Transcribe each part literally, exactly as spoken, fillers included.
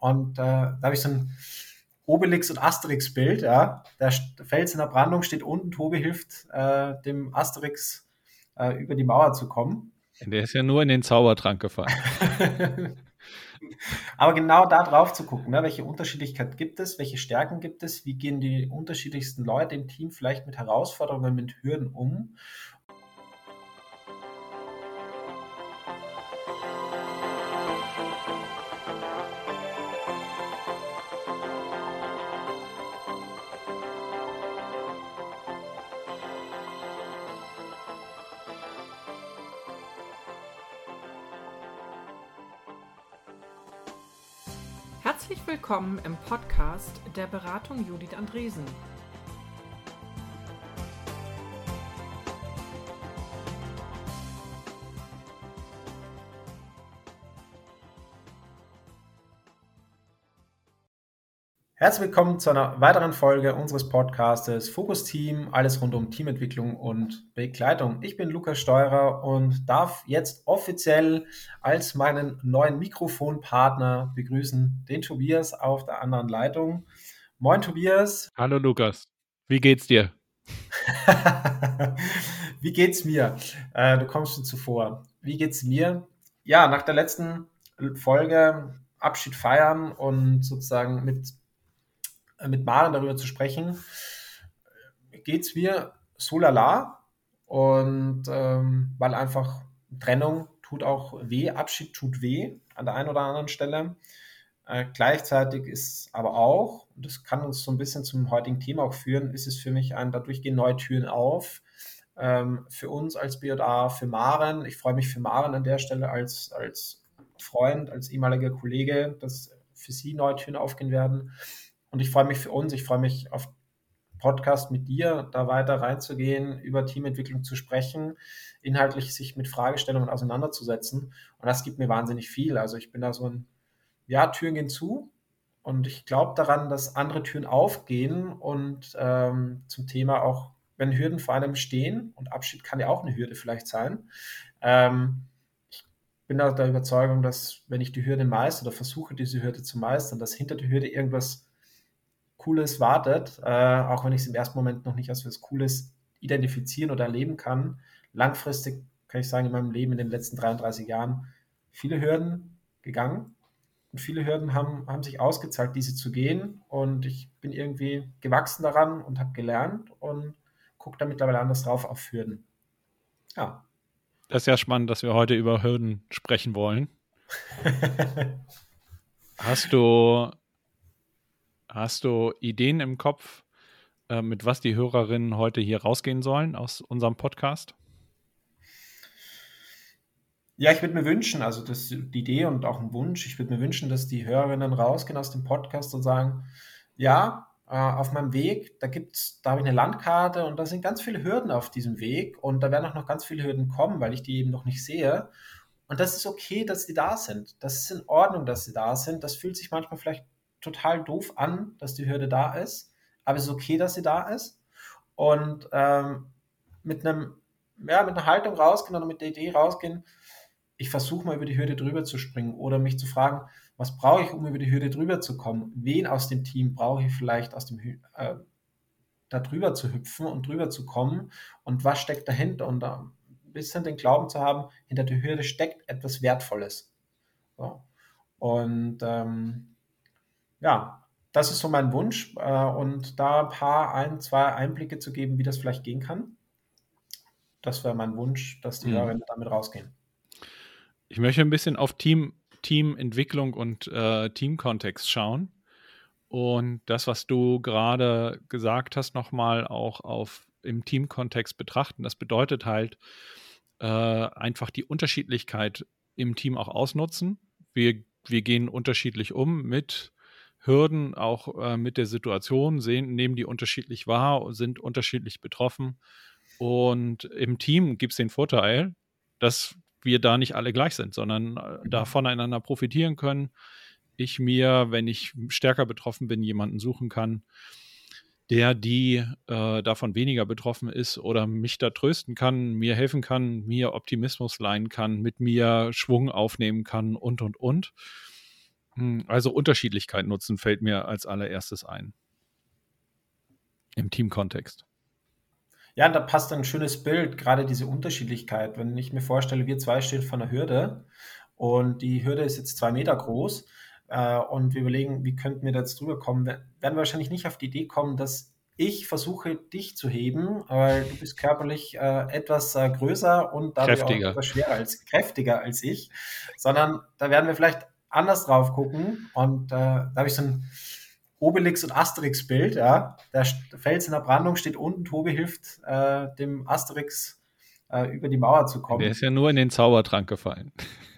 und äh, da habe ich so ein Obelix- und Asterix-Bild. Ja. Der Fels in der Brandung steht unten, Tobi hilft äh, dem Asterix äh, über die Mauer zu kommen. Der ist ja nur in den Zaubertrank gefallen. Aber genau da drauf zu gucken, ne? Welche Unterschiedlichkeit gibt es, welche Stärken gibt es, wie gehen die unterschiedlichsten Leute im Team vielleicht mit Herausforderungen, mit Hürden um. Herzlich willkommen im Podcast der Beratung Judith Andresen. Herzlich willkommen zu einer weiteren Folge unseres Podcastes Fokus Team, alles rund um Teamentwicklung und Begleitung. Ich bin Lukas Steurer und darf jetzt offiziell als meinen neuen Mikrofonpartner begrüßen, den Tobias auf der anderen Leitung. Moin Tobias. Hallo Lukas, wie geht's dir? Wie geht's mir? Äh, du kommst schon zuvor. Wie geht's mir? Ja, nach der letzten Folge Abschied feiern und sozusagen mit mit Maren darüber zu sprechen, geht es mir so lala und ähm, weil einfach Trennung tut auch weh, Abschied tut weh an der einen oder anderen Stelle. Äh, gleichzeitig ist aber auch, und das kann uns so ein bisschen zum heutigen Thema auch führen, ist es für mich ein, dadurch gehen neue Türen auf. Ähm, für uns als B J A, für Maren. Ich freue mich für Maren an der Stelle als, als Freund, als ehemaliger Kollege, dass für sie neue Türen aufgehen werden. Und ich freue mich für uns, ich freue mich auf Podcast mit dir, da weiter reinzugehen, über Teamentwicklung zu sprechen, inhaltlich sich mit Fragestellungen auseinanderzusetzen. Und das gibt mir wahnsinnig viel. Also ich bin da so ein, ja, Türen gehen zu und ich glaube daran, dass andere Türen aufgehen und ähm, zum Thema auch, wenn Hürden vor einem stehen, und Abschied kann ja auch eine Hürde vielleicht sein, ähm, ich bin da der Überzeugung, dass wenn ich die Hürde meistere oder versuche, diese Hürde zu meistern, dass hinter der Hürde irgendwas Cooles wartet, äh, auch wenn ich es im ersten Moment noch nicht als was Cooles identifizieren oder erleben kann. Langfristig kann ich sagen, in meinem Leben in den letzten dreiunddreißig Jahren viele Hürden gegangen und viele Hürden haben, haben sich ausgezahlt, diese zu gehen und ich bin irgendwie gewachsen daran und habe gelernt und gucke da mittlerweile anders drauf auf Hürden. Ja. Das ist ja spannend, dass wir heute über Hürden sprechen wollen. Hast du, hast du Ideen im Kopf, äh, mit was die Hörerinnen heute hier rausgehen sollen aus unserem Podcast? Ja, ich würde mir wünschen, also das ist die Idee und auch ein Wunsch, ich würde mir wünschen, dass die Hörerinnen rausgehen aus dem Podcast und sagen, ja, äh, auf meinem Weg, da gibt's, da habe ich eine Landkarte und da sind ganz viele Hürden auf diesem Weg und da werden auch noch ganz viele Hürden kommen, weil ich die eben noch nicht sehe. Und das ist okay, dass die da sind. Das ist in Ordnung, dass sie da sind. Das fühlt sich manchmal vielleicht total doof an, dass die Hürde da ist, aber es ist okay, dass sie da ist. Und ähm, mit einem, ja, mit einer Haltung rausgehen oder mit der Idee rausgehen, ich versuche mal über die Hürde drüber zu springen oder mich zu fragen, was brauche ich, um über die Hürde drüber zu kommen? Wen aus dem Team brauche ich vielleicht aus dem äh, da drüber zu hüpfen und drüber zu kommen und was steckt dahinter und da ein bisschen den Glauben zu haben, hinter der Hürde steckt etwas Wertvolles. So. Und ähm, ja, das ist so mein Wunsch äh, und da ein paar, ein, zwei Einblicke zu geben, wie das vielleicht gehen kann. Das wäre mein Wunsch, dass die Mhm. Hörerinnen damit rausgehen. Ich möchte ein bisschen auf Team, Teamentwicklung und äh, Teamkontext schauen und das, was du gerade gesagt hast, nochmal auch auf im Teamkontext betrachten. Das bedeutet halt äh, einfach die Unterschiedlichkeit im Team auch ausnutzen. Wir, wir gehen unterschiedlich um mit Hürden, auch äh, mit der Situation, sehen, nehmen die unterschiedlich wahr, sind unterschiedlich betroffen. Und im Team gibt es den Vorteil, dass wir da nicht alle gleich sind, sondern äh, da voneinander profitieren können. Ich mir, wenn ich stärker betroffen bin, jemanden suchen kann, der, die äh, davon weniger betroffen ist oder mich da trösten kann, mir helfen kann, mir Optimismus leihen kann, mit mir Schwung aufnehmen kann und, und, und. Also Unterschiedlichkeit nutzen fällt mir als allererstes ein. Im Teamkontext. Ja, da passt ein schönes Bild, gerade diese Unterschiedlichkeit. Wenn ich mir vorstelle, wir zwei stehen vor einer Hürde und die Hürde ist jetzt zwei Meter groß äh, und wir überlegen, wie könnten wir da jetzt drüber kommen, werden wir wahrscheinlich nicht auf die Idee kommen, dass ich versuche, dich zu heben, weil du bist körperlich äh, etwas äh, größer und dadurch auch Kräftiger. etwas schwerer als, kräftiger als ich, sondern da werden wir vielleicht anders drauf gucken und äh, da habe ich so ein Obelix- und Asterix-Bild, ja. Der Fels in der Brandung steht unten, Tobi hilft äh, dem Asterix äh, über die Mauer zu Der kommen. ist ja nur in den Zaubertrank gefallen.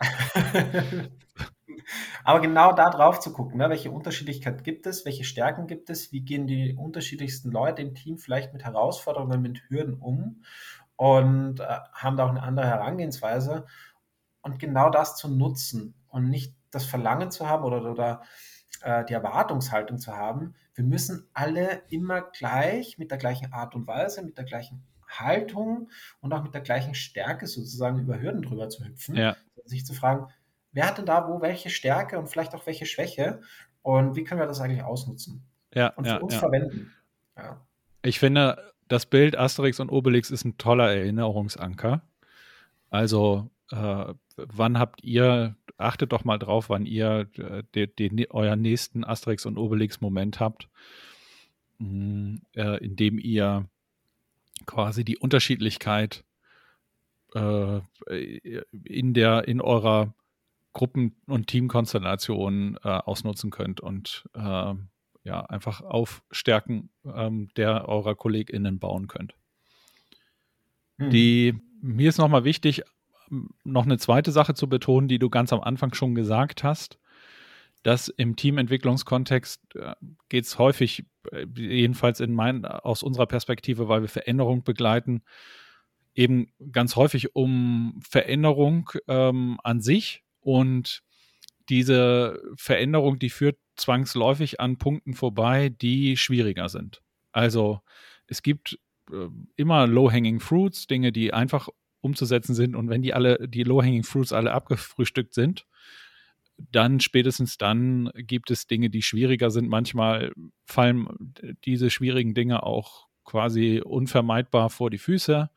Aber genau da drauf zu gucken, ne? Welche Unterschiedlichkeit gibt es, welche Stärken gibt es, wie gehen die unterschiedlichsten Leute im Team vielleicht mit Herausforderungen, mit Hürden um und äh, haben da auch eine andere Herangehensweise und genau das zu nutzen und nicht das Verlangen zu haben oder, oder äh, die Erwartungshaltung zu haben, wir müssen alle immer gleich mit der gleichen Art und Weise, mit der gleichen Haltung und auch mit der gleichen Stärke sozusagen über Hürden drüber zu hüpfen, Ja, sich zu fragen, wer hat denn da wo welche Stärke und vielleicht auch welche Schwäche und wie können wir das eigentlich ausnutzen ja, und für ja, uns ja. verwenden. Ja. Ich finde, das Bild Asterix und Obelix ist ein toller Erinnerungsanker. Also, äh, wann habt ihr, achtet doch mal drauf, wann ihr äh, de, de, euren nächsten Asterix und Obelix-Moment habt, mh, äh, in dem ihr quasi die Unterschiedlichkeit äh, in der, in eurer Gruppen- und Teamkonstellation äh, ausnutzen könnt und äh, ja, einfach auf Stärken ähm, der eurer KollegInnen bauen könnt. Mhm. Die, mir ist nochmal wichtig, noch eine zweite Sache zu betonen, die du ganz am Anfang schon gesagt hast, dass im Teamentwicklungskontext äh, geht es häufig, äh, jedenfalls in mein, aus unserer Perspektive, weil wir Veränderung begleiten, eben ganz häufig um Veränderung ähm, an sich und diese Veränderung, die führt zwangsläufig an Punkten vorbei, die schwieriger sind. Also es gibt äh, immer Low-Hanging Fruits, Dinge, die einfach umzusetzen sind und wenn die alle, die Low-Hanging Fruits alle abgefrühstückt sind, dann spätestens dann gibt es Dinge, die schwieriger sind. Manchmal fallen diese schwierigen Dinge auch quasi unvermeidbar vor die Füße.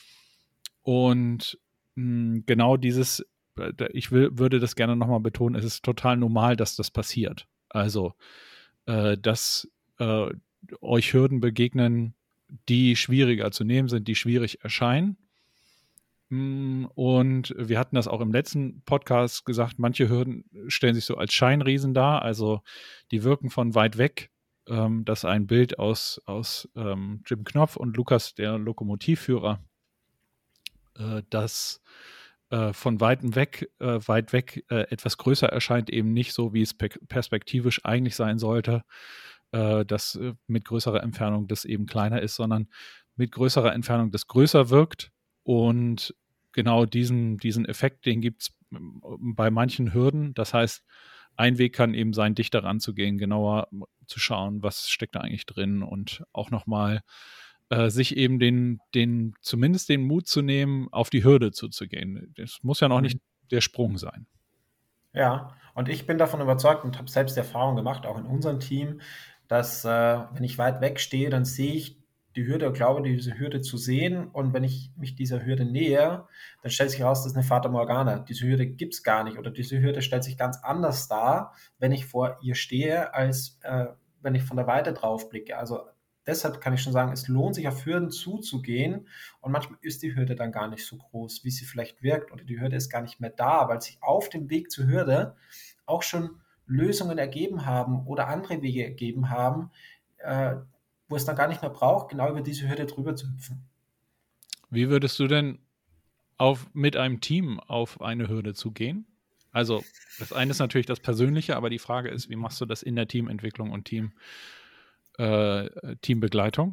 Und mh, genau dieses, ich will, würde das gerne nochmal betonen, es ist total normal, dass das passiert. Also, äh, dass äh, euch Hürden begegnen, die schwieriger zu nehmen sind, die schwierig erscheinen. Und wir hatten das auch im letzten Podcast gesagt, manche Hürden stellen sich so als Scheinriesen dar, also die wirken von weit weg. Ähm, das ist ein Bild aus, aus ähm, Jim Knopf und Lukas, der Lokomotivführer, äh, das äh, von weitem weg, äh, weit weg äh, etwas größer erscheint, eben nicht so, wie es pe- perspektivisch eigentlich sein sollte, äh, dass äh, mit größerer Entfernung das eben kleiner ist, sondern mit größerer Entfernung das größer wirkt. Und genau diesen, diesen Effekt, den gibt es bei manchen Hürden. Das heißt, ein Weg kann eben sein, dichter ranzugehen, genauer zu schauen, was steckt da eigentlich drin und auch nochmal äh, sich eben den, den, zumindest den Mut zu nehmen, auf die Hürde zuzugehen. Das muss ja noch nicht der Sprung sein. Ja, und ich bin davon überzeugt und habe selbst die Erfahrung gemacht, auch in unserem Team, dass äh, wenn ich weit weg stehe, dann sehe ich die Hürde und glaube, diese Hürde zu sehen. Und wenn ich mich dieser Hürde nähe, dann stellt sich heraus, das ist eine Fata Morgana. Diese Hürde gibt es gar nicht oder diese Hürde stellt sich ganz anders dar, wenn ich vor ihr stehe, als äh, wenn ich von der Weite drauf blicke. Also deshalb kann ich schon sagen, es lohnt sich auf Hürden zuzugehen und manchmal ist die Hürde dann gar nicht so groß, wie sie vielleicht wirkt oder die Hürde ist gar nicht mehr da, weil sich auf dem Weg zur Hürde auch schon Lösungen ergeben haben oder andere Wege ergeben haben, äh, wo es dann gar nicht mehr braucht, genau über diese Hürde drüber zu hüpfen. Wie würdest du denn auf, mit einem Team auf eine Hürde zugehen? Also das eine ist natürlich das Persönliche, aber die Frage ist, wie machst du das in der Teamentwicklung und Team, äh, Teambegleitung?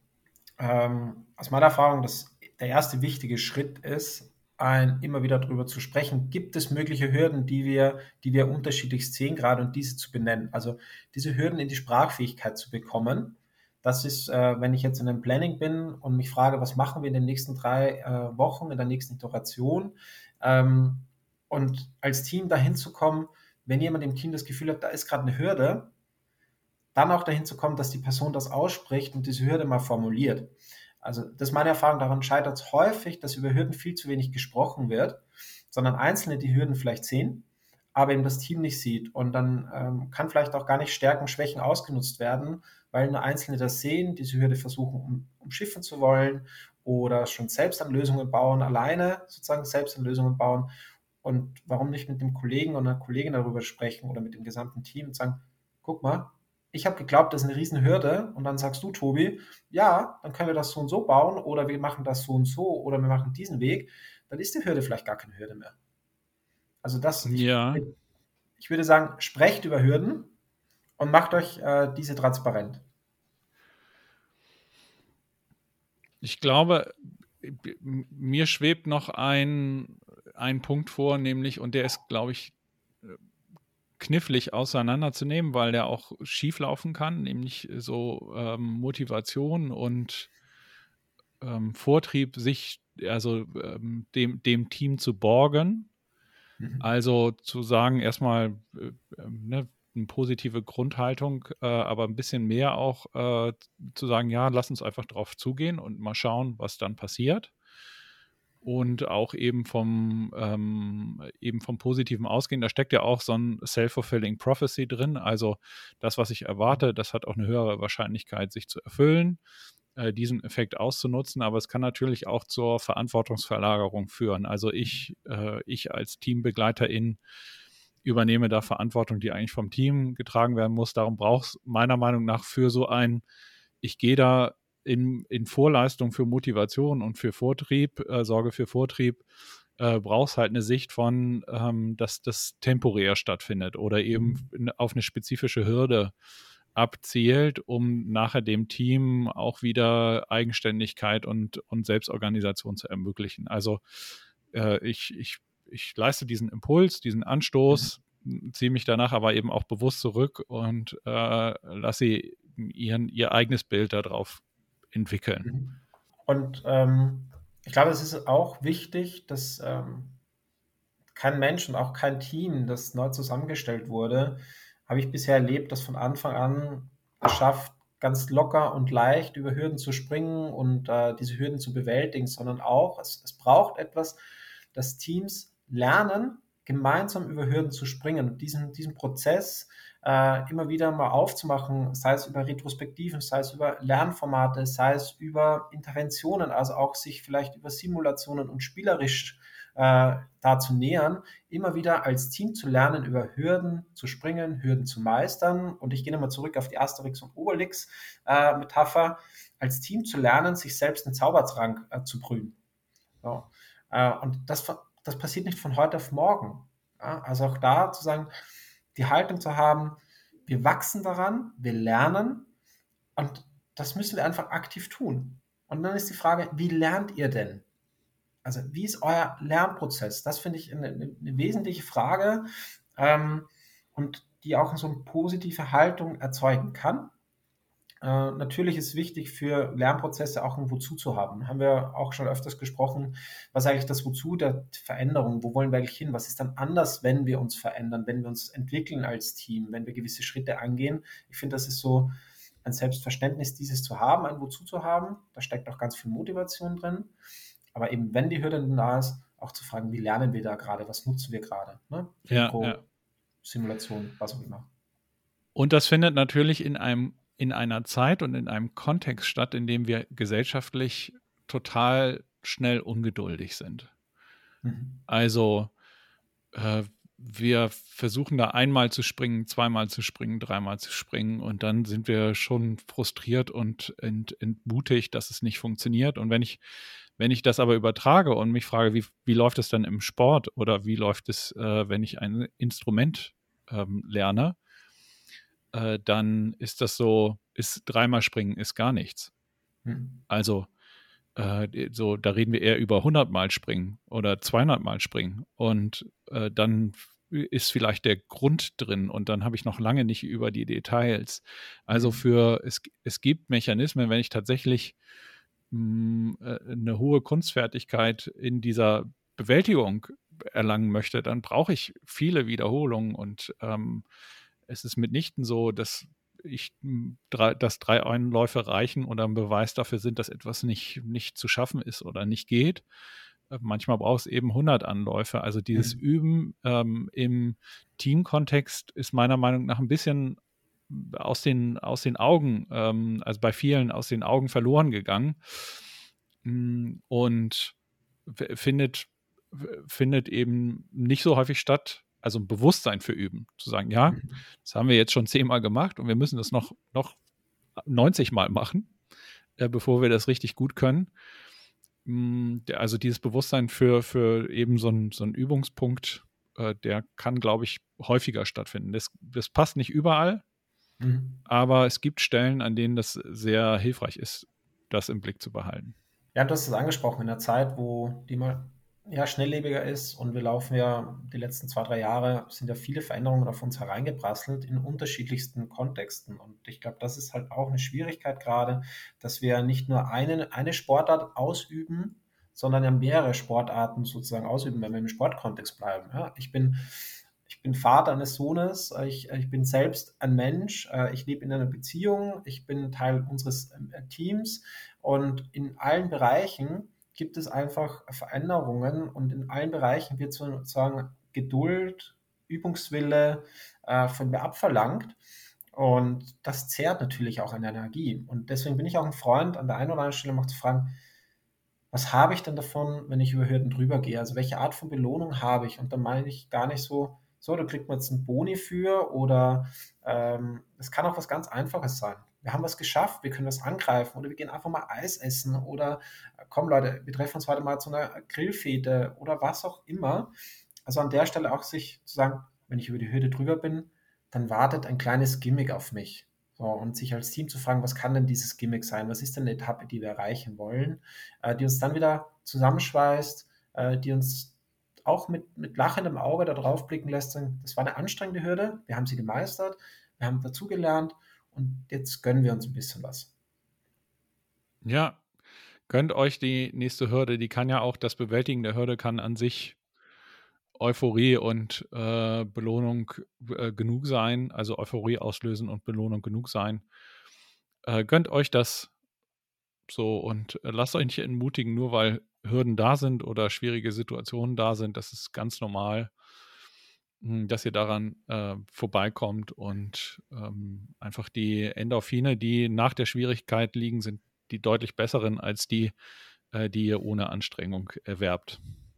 Ähm, aus meiner Erfahrung, dass der erste wichtige Schritt ist, ein, immer wieder darüber zu sprechen, gibt es mögliche Hürden, die wir, die wir unterschiedlich sehen gerade und diese zu benennen. Also diese Hürden in die Sprachfähigkeit zu bekommen. Das ist, äh, wenn ich jetzt in einem Planning bin und mich frage, was machen wir in den nächsten drei äh, Wochen, in der nächsten Iteration, ähm, und als Team dahin zu kommen, wenn jemand im Team das Gefühl hat, da ist gerade eine Hürde, dann auch dahin zu kommen, dass die Person das ausspricht und diese Hürde mal formuliert. Also das ist meine Erfahrung, daran scheitert es häufig, dass über Hürden viel zu wenig gesprochen wird, sondern Einzelne die Hürden vielleicht sehen, aber eben das Team nicht sieht. Und dann ähm, kann vielleicht auch gar nicht Stärken, Schwächen ausgenutzt werden, weil nur Einzelne das sehen, diese Hürde versuchen um, umschiffen zu wollen oder schon selbst an Lösungen bauen, alleine sozusagen selbst an Lösungen bauen. Und warum nicht mit dem Kollegen oder einer Kollegin darüber sprechen oder mit dem gesamten Team und sagen, guck mal, ich habe geglaubt, das ist eine riesen Hürde und dann sagst du, Tobi, ja, dann können wir das so und so bauen oder wir machen das so und so oder wir machen diesen Weg, dann ist die Hürde vielleicht gar keine Hürde mehr. Also das, ich, Ja, ich würde sagen, sprecht über Hürden und macht euch äh, diese transparent. ich glaube, mir schwebt noch ein, ein Punkt vor, nämlich, und der ist, glaube ich, knifflig auseinanderzunehmen, weil der auch schieflaufen kann, nämlich so ähm, Motivation und ähm, Vortrieb, sich also ähm, dem, dem Team zu borgen. Mhm. Also zu sagen, erstmal äh, ne, eine positive Grundhaltung, äh, aber ein bisschen mehr auch äh, zu sagen, ja, lass uns einfach drauf zugehen und mal schauen, was dann passiert. Und auch eben vom, ähm, eben vom Positiven ausgehen. Da steckt ja auch so ein Self-Fulfilling Prophecy drin. Also das, was ich erwarte, das hat auch eine höhere Wahrscheinlichkeit, sich zu erfüllen, äh, diesen Effekt auszunutzen. Aber es kann natürlich auch zur Verantwortungsverlagerung führen. Also ich, äh, ich als Teambegleiterin übernehme da Verantwortung, die eigentlich vom Team getragen werden muss. Darum braucht es meiner Meinung nach für so ein, ich gehe da in, in Vorleistung für Motivation und für Vortrieb, äh, Sorge für Vortrieb, äh, brauchst halt eine Sicht von, ähm, dass das temporär stattfindet oder eben auf eine spezifische Hürde abzielt, um nachher dem Team auch wieder Eigenständigkeit und, und Selbstorganisation zu ermöglichen. Also äh, ich, ich, ich leiste diesen Impuls, diesen Anstoß, ziehe mich danach aber eben auch bewusst zurück und äh, lasse sie ihren, ihr eigenes Bild darauf entwickeln. Und ähm, ich glaube, es ist auch wichtig, dass ähm, kein Mensch und auch kein Team, das neu zusammengestellt wurde, habe ich bisher erlebt, das von Anfang an es schafft, ganz locker und leicht über Hürden zu springen und äh, diese Hürden zu bewältigen, sondern auch, es, es braucht etwas, dass Teams lernen, gemeinsam über Hürden zu springen und diesen, diesen Prozess äh, immer wieder mal aufzumachen, sei es über Retrospektiven, sei es über Lernformate, sei es über Interventionen, also auch sich vielleicht über Simulationen und spielerisch äh, da zu nähern, immer wieder als Team zu lernen, über Hürden zu springen, Hürden zu meistern. Und ich gehe nochmal zurück auf die Asterix- und Obelix-Metapher, äh, als Team zu lernen, sich selbst einen Zaubertrank äh, zu brühen. So. Äh, und das, das passiert nicht von heute auf morgen. Ja? Also auch da zu sagen, die Haltung zu haben, wir wachsen daran, wir lernen und das müssen wir einfach aktiv tun. Und dann ist die Frage, wie lernt ihr denn? Also wie ist euer Lernprozess? Das finde ich eine, eine, eine wesentliche Frage ähm, und die auch so eine positive Haltung erzeugen kann. Äh, natürlich ist wichtig für Lernprozesse auch ein Wozu zu haben. Haben wir auch schon öfters gesprochen, was ist eigentlich das Wozu der Veränderung? Wo wollen wir eigentlich hin? Was ist dann anders, wenn wir uns verändern, wenn wir uns entwickeln als Team, wenn wir gewisse Schritte angehen? Ich finde, das ist so ein Selbstverständnis, dieses zu haben, ein Wozu zu haben. Da steckt auch ganz viel Motivation drin. Aber eben, wenn die Hürde dann da ist, auch zu fragen, wie lernen wir da gerade, was nutzen wir gerade? Ne? Ja, Retro, ja. Simulation, was auch immer. Und das findet natürlich in einem, in einer Zeit und in einem Kontext statt, in dem wir gesellschaftlich total schnell ungeduldig sind. Mhm. Also äh, wir versuchen da einmal zu springen, zweimal zu springen, dreimal zu springen und dann sind wir schon frustriert und ent, entmutigt, dass es nicht funktioniert. Und wenn ich, wenn ich das aber übertrage und mich frage, wie, wie läuft es dann im Sport oder wie läuft es, äh, wenn ich ein Instrument ähm, lerne, äh, dann ist das so, ist dreimal springen ist gar nichts. Mhm. Also äh, so, da reden wir eher über hundert Mal springen oder zweihundert Mal springen und äh, dann ist vielleicht der Grund drin und dann habe ich noch lange nicht über die Details. Also Mhm. für, es, es gibt Mechanismen, wenn ich tatsächlich mh, eine hohe Kunstfertigkeit in dieser Bewältigung erlangen möchte, dann brauche ich viele Wiederholungen und ähm, es ist mitnichten so, dass ich drei, dass drei Anläufe reichen oder ein Beweis dafür sind, dass etwas nicht, nicht zu schaffen ist oder nicht geht. Äh, manchmal braucht es eben hundert Anläufe. Also dieses mhm. Üben ähm, im Teamkontext ist meiner Meinung nach ein bisschen aus den, aus den Augen, ähm, also bei vielen aus den Augen verloren gegangen und findet findet eben nicht so häufig statt, also ein Bewusstsein für Üben, zu sagen, ja, das haben wir jetzt schon zehnmal gemacht und wir müssen das noch, noch neunzig Mal machen, äh, bevor wir das richtig gut können. Also dieses Bewusstsein für, für eben so einen so einen Übungspunkt, äh, der kann, glaube ich, häufiger stattfinden. Das, das passt nicht überall, mhm. aber es gibt Stellen, an denen das sehr hilfreich ist, das im Blick zu behalten. Ja, du hast es angesprochen, in der Zeit, wo die mal ja, schnelllebiger ist und wir laufen ja die letzten zwei, drei Jahre, sind ja viele Veränderungen auf uns hereingeprasselt in unterschiedlichsten Kontexten und ich glaube, das ist halt auch eine Schwierigkeit gerade, dass wir nicht nur eine, eine Sportart ausüben, sondern ja mehrere Sportarten sozusagen ausüben, wenn wir im Sportkontext bleiben. Ja, ich bin Ich bin Vater eines Sohnes, ich, ich bin selbst ein Mensch, ich lebe in einer Beziehung, ich bin Teil unseres Teams und in allen Bereichen gibt es einfach Veränderungen und in allen Bereichen wird sozusagen Geduld, Übungswille äh, von mir abverlangt und das zehrt natürlich auch an Energie und deswegen bin ich auch ein Freund, an der einen oder anderen Stelle mal zu fragen, was habe ich denn davon, wenn ich über Hürden drüber gehe? Also welche Art von Belohnung habe ich? Und da meine ich gar nicht so, so, da kriegt man jetzt einen Boni für oder ähm, es kann auch was ganz Einfaches sein. Wir haben was geschafft, wir können was angreifen oder wir gehen einfach mal Eis essen oder komm Leute, wir treffen uns heute mal zu einer Grillfete oder was auch immer. Also an der Stelle auch sich zu sagen, wenn ich über die Hürde drüber bin, dann wartet ein kleines Gimmick auf mich. So, und sich als Team zu fragen, was kann denn dieses Gimmick sein? Was ist denn eine Etappe, die wir erreichen wollen, äh, die uns dann wieder zusammenschweißt, äh, die uns auch mit, mit lachendem Auge da drauf blicken lässt, das war eine anstrengende Hürde, wir haben sie gemeistert, wir haben dazugelernt und jetzt gönnen wir uns ein bisschen was. Ja, gönnt euch die nächste Hürde, die kann ja auch, das Bewältigen der Hürde kann an sich Euphorie und äh, Belohnung äh, genug sein, also Euphorie auslösen und Belohnung genug sein. Äh, gönnt euch das so und äh, lasst euch nicht entmutigen, nur weil Hürden da sind oder schwierige Situationen da sind. Das ist ganz normal, mh, dass ihr daran äh, vorbeikommt und ähm, einfach die Endorphine, die nach der Schwierigkeit liegen, sind die deutlich besseren als die, äh, die ihr ohne Anstrengung erwerbt.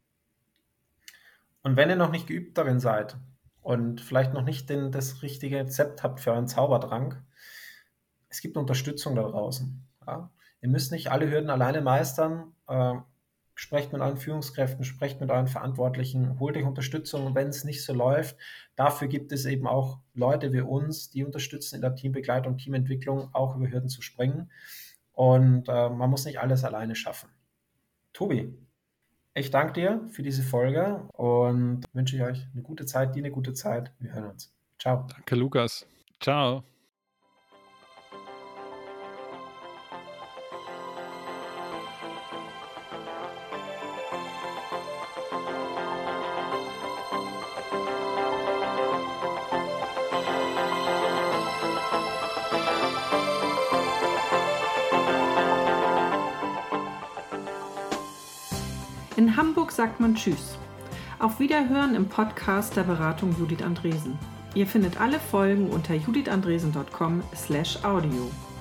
Und wenn ihr noch nicht geübt darin seid und vielleicht noch nicht den, das richtige Rezept habt für euren Zaubertrank, es gibt Unterstützung da draußen. Ja? Ihr müsst nicht alle Hürden alleine meistern. Äh, sprecht mit euren Führungskräften, sprecht mit euren Verantwortlichen, holt euch Unterstützung. Und wenn es nicht so läuft, dafür gibt es eben auch Leute wie uns, die unterstützen in der Teambegleitung, Teamentwicklung, auch über Hürden zu springen. Und äh, man muss nicht alles alleine schaffen. Tobi, ich danke dir für diese Folge und wünsche ich euch eine gute Zeit, dir eine gute Zeit. Wir hören uns. Ciao. Danke, Lukas. Ciao. In Hamburg sagt man Tschüss. Auf Wiederhören im Podcast der Beratung Judith Andresen. Ihr findet alle Folgen unter judithandresen punkt com slash audio.